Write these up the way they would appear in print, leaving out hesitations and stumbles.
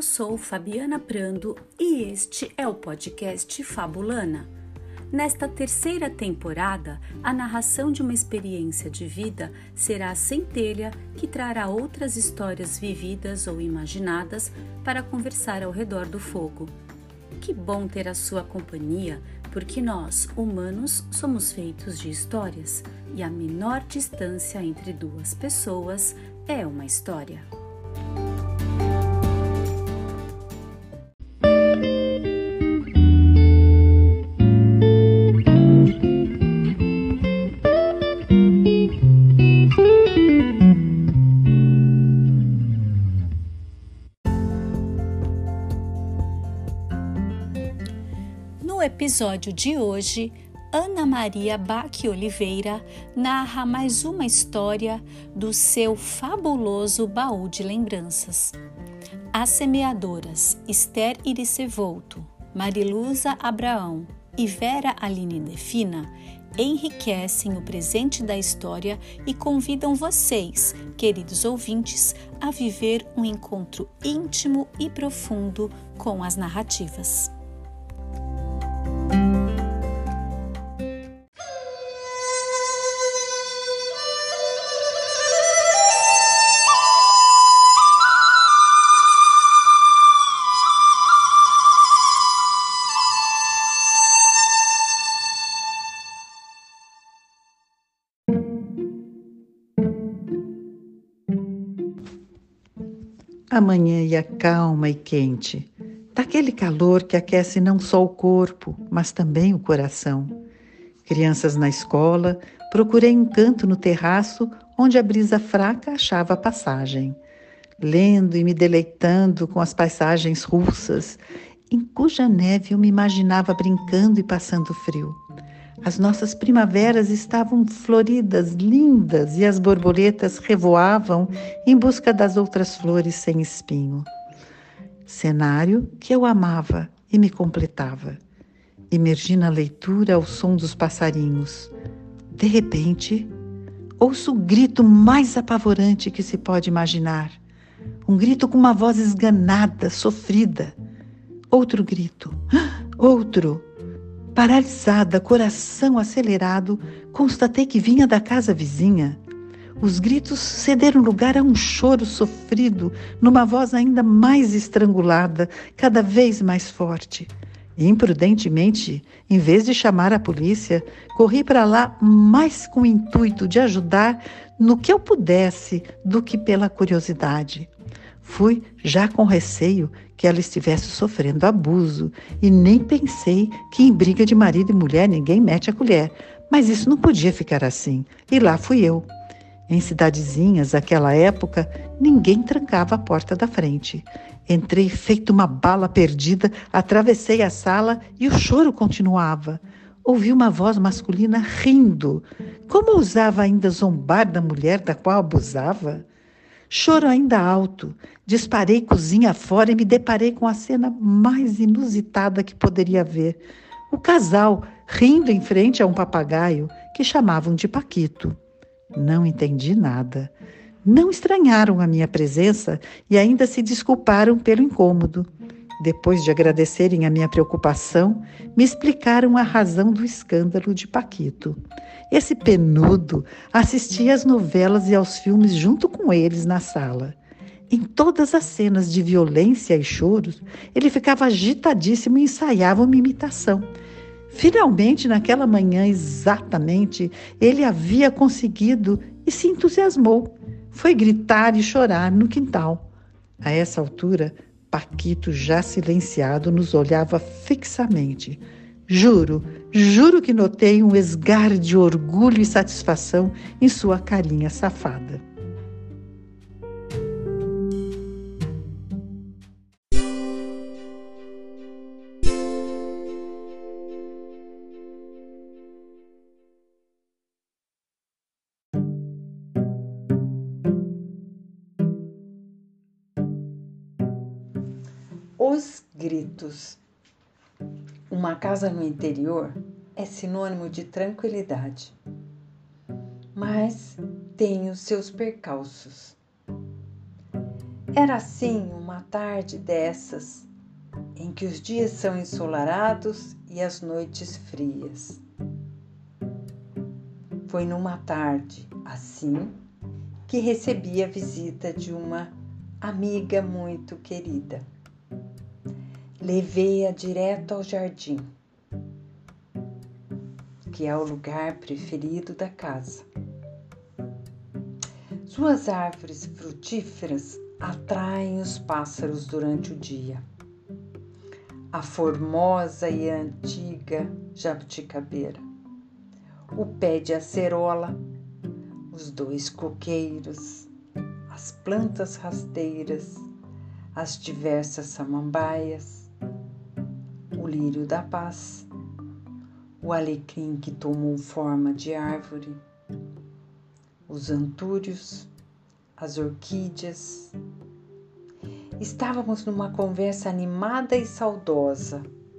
sou Fabiana Prando e este é o podcast Fabulana. Nesta terceira temporada, a narração de uma experiência de vida será a centelha que trará outras histórias vividas ou imaginadas para conversar ao redor do fogo. Que bom ter a sua companhia, porque nós, humanos, somos feitos de histórias e a menor distância entre duas pessoas é uma história. No episódio de hoje, Ana Maria Bach Oliveira narra mais uma história do seu fabuloso baú de lembranças. As semeadoras Esther Iricevolto, Mariluza Abraão e Vera Aline Defina enriquecem o presente da história e convidam vocês, queridos ouvintes, a viver um encontro íntimo e profundo com as narrativas. A manhã ia calma e quente, daquele calor que aquece não só o corpo, mas também o coração. Crianças na escola, procurei um canto no terraço onde a brisa fraca achava passagem. Lendo e me deleitando com as paisagens russas, em cuja neve eu me imaginava brincando e passando frio. As nossas primaveras estavam floridas, lindas, e as borboletas revoavam em busca das outras flores sem espinho. Cenário que eu amava e me completava. Imergi na leitura ao som dos passarinhos. De repente, ouço o grito mais apavorante que se pode imaginar. Um grito com uma voz esganada, sofrida. Outro grito. Outro. Paralisada, coração acelerado, constatei que vinha da casa vizinha. Os gritos cederam lugar a um choro sofrido, numa voz ainda mais estrangulada, cada vez mais forte. Imprudentemente, em vez de chamar a polícia, corri para lá mais com o intuito de ajudar no que eu pudesse do que pela curiosidade. Fui já com receio que ela estivesse sofrendo abuso e nem pensei que em briga de marido e mulher ninguém mete a colher. Mas isso não podia ficar assim, e lá fui eu. Em cidadezinhas, naquela época, ninguém trancava a porta da frente. Entrei feito uma bala perdida, atravessei a sala e o choro continuava. Ouvi uma voz masculina rindo. Como ousava ainda zombar da mulher da qual abusava? Choro ainda alto, disparei cozinha fora e me deparei com a cena mais inusitada que poderia haver. O casal rindo em frente a um papagaio que chamavam de Paquito. Não entendi nada. Não estranharam a minha presença e ainda se desculparam pelo incômodo. Depois de agradecerem a minha preocupação, me explicaram a razão do escândalo de Paquito. Esse penudo assistia às novelas e aos filmes junto com eles na sala. Em todas as cenas de violência e choros, ele ficava agitadíssimo e ensaiava uma imitação. Finalmente, naquela manhã exatamente, ele havia conseguido e se entusiasmou. Foi gritar e chorar no quintal. A essa altura, Paquito, já silenciado, nos olhava fixamente. Juro que notei um esgar de orgulho e satisfação em sua carinha safada. Os gritos. Uma casa no interior é sinônimo de tranquilidade, mas tem os seus percalços. Era assim uma tarde dessas, em que os dias são ensolarados e as noites frias. Foi numa tarde assim que recebi a visita de uma amiga muito querida. Levei-a direto ao jardim, que é o lugar preferido da casa. Suas árvores frutíferas atraem os pássaros durante o dia. A formosa e antiga jabuticabeira, o pé de acerola, os 2 coqueiros, as plantas rasteiras, as diversas samambaias, o lírio da paz, o alecrim que tomou forma de árvore, os antúrios, as orquídeas. Estávamos numa conversa animada e saudosa.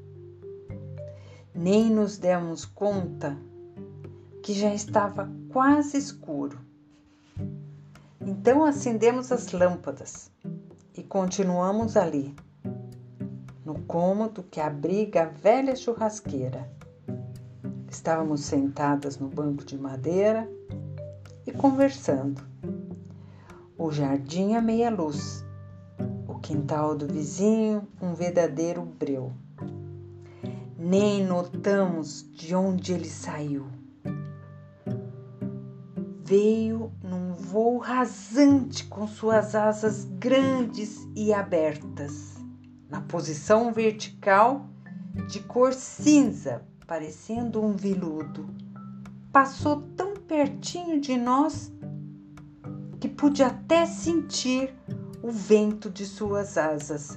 Nem nos demos conta que já estava quase escuro. Então acendemos as lâmpadas e continuamos ali, no cômodo que abriga a velha churrasqueira. Estávamos sentadas no banco de madeira e conversando. O jardim a meia luz, o quintal do vizinho um verdadeiro breu. Nem notamos de onde ele saiu. Veio num voo rasante com suas asas grandes e abertas, na posição vertical de cor cinza, parecendo um veludo. Passou tão pertinho de nós que pude até sentir o vento de suas asas.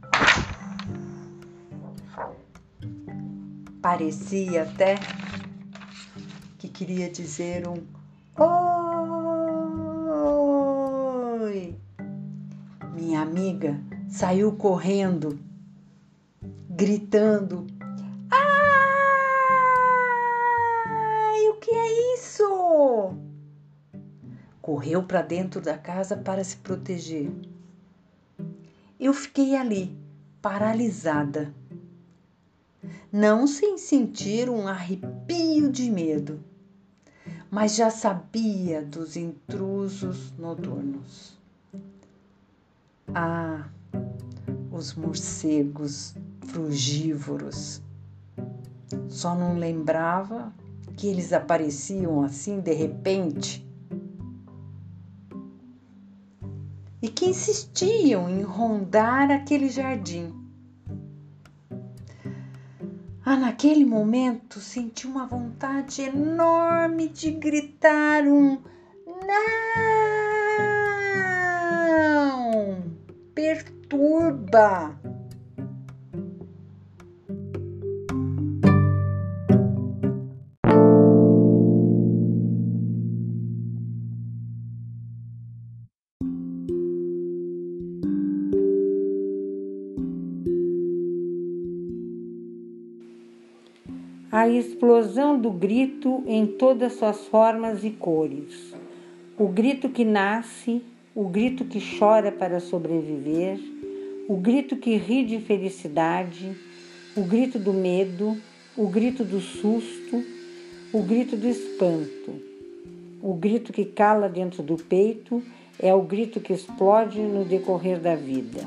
Parecia até que queria dizer um oi. Minha amiga saiu correndo, gritando: ai, o que é isso? Correu para dentro da casa para se proteger. Eu fiquei ali, paralisada, não sem sentir um arrepio de medo, mas já sabia dos intrusos noturnos. Ah, os morcegos frugívoros. Só não lembrava que eles apareciam assim de repente e que insistiam em rondar aquele jardim. Naquele momento senti uma vontade enorme de gritar um não! Perturba! A explosão do grito em todas suas formas e cores. O grito que nasce, o grito que chora para sobreviver, o grito que ri de felicidade, o grito do medo, o grito do susto, o grito do espanto. O grito que cala dentro do peito é o grito que explode no decorrer da vida.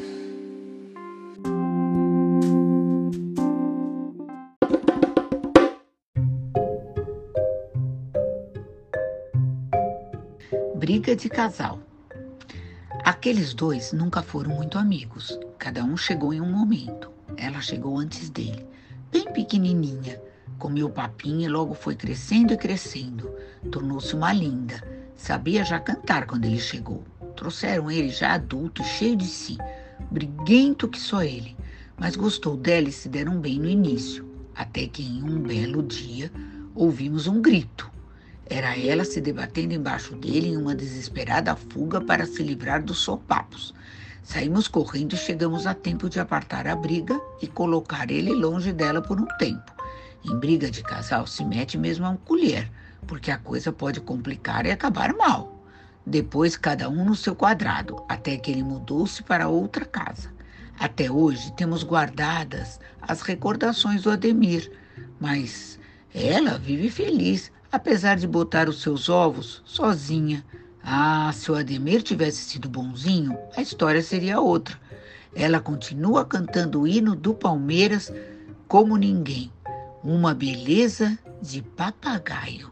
Briga de casal. Aqueles 2 nunca foram muito amigos. Cada um chegou em um momento. Ela chegou antes dele, bem pequenininha. Comeu papinha e logo foi crescendo e crescendo. Tornou-se uma linda. Sabia já cantar quando ele chegou. Trouxeram ele já adulto e cheio de si. Briguento que só ele. Mas gostou dela e se deram bem no início. Até que em um belo dia ouvimos um grito. Era ela se debatendo embaixo dele em uma desesperada fuga para se livrar dos sopapos. Saímos correndo e chegamos a tempo de apartar a briga e colocar ele longe dela por um tempo. Em briga de casal se mete mesmo a colher, porque a coisa pode complicar e acabar mal. Depois cada um no seu quadrado, até que ele mudou-se para outra casa. Até hoje temos guardadas as recordações do Ademir, mas ela vive feliz, apesar de botar os seus ovos sozinha. Ah, se o Ademir tivesse sido bonzinho, a história seria outra. Ela continua cantando o hino do Palmeiras como ninguém. Uma beleza de papagaio.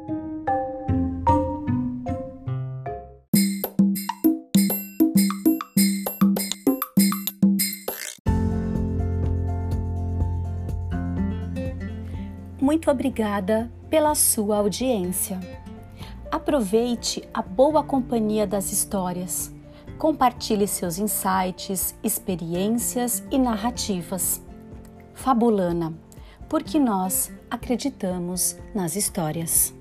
Muito obrigada pela sua audiência. Aproveite a boa companhia das histórias. Compartilhe seus insights, experiências e narrativas. Fabulana, porque nós acreditamos nas histórias.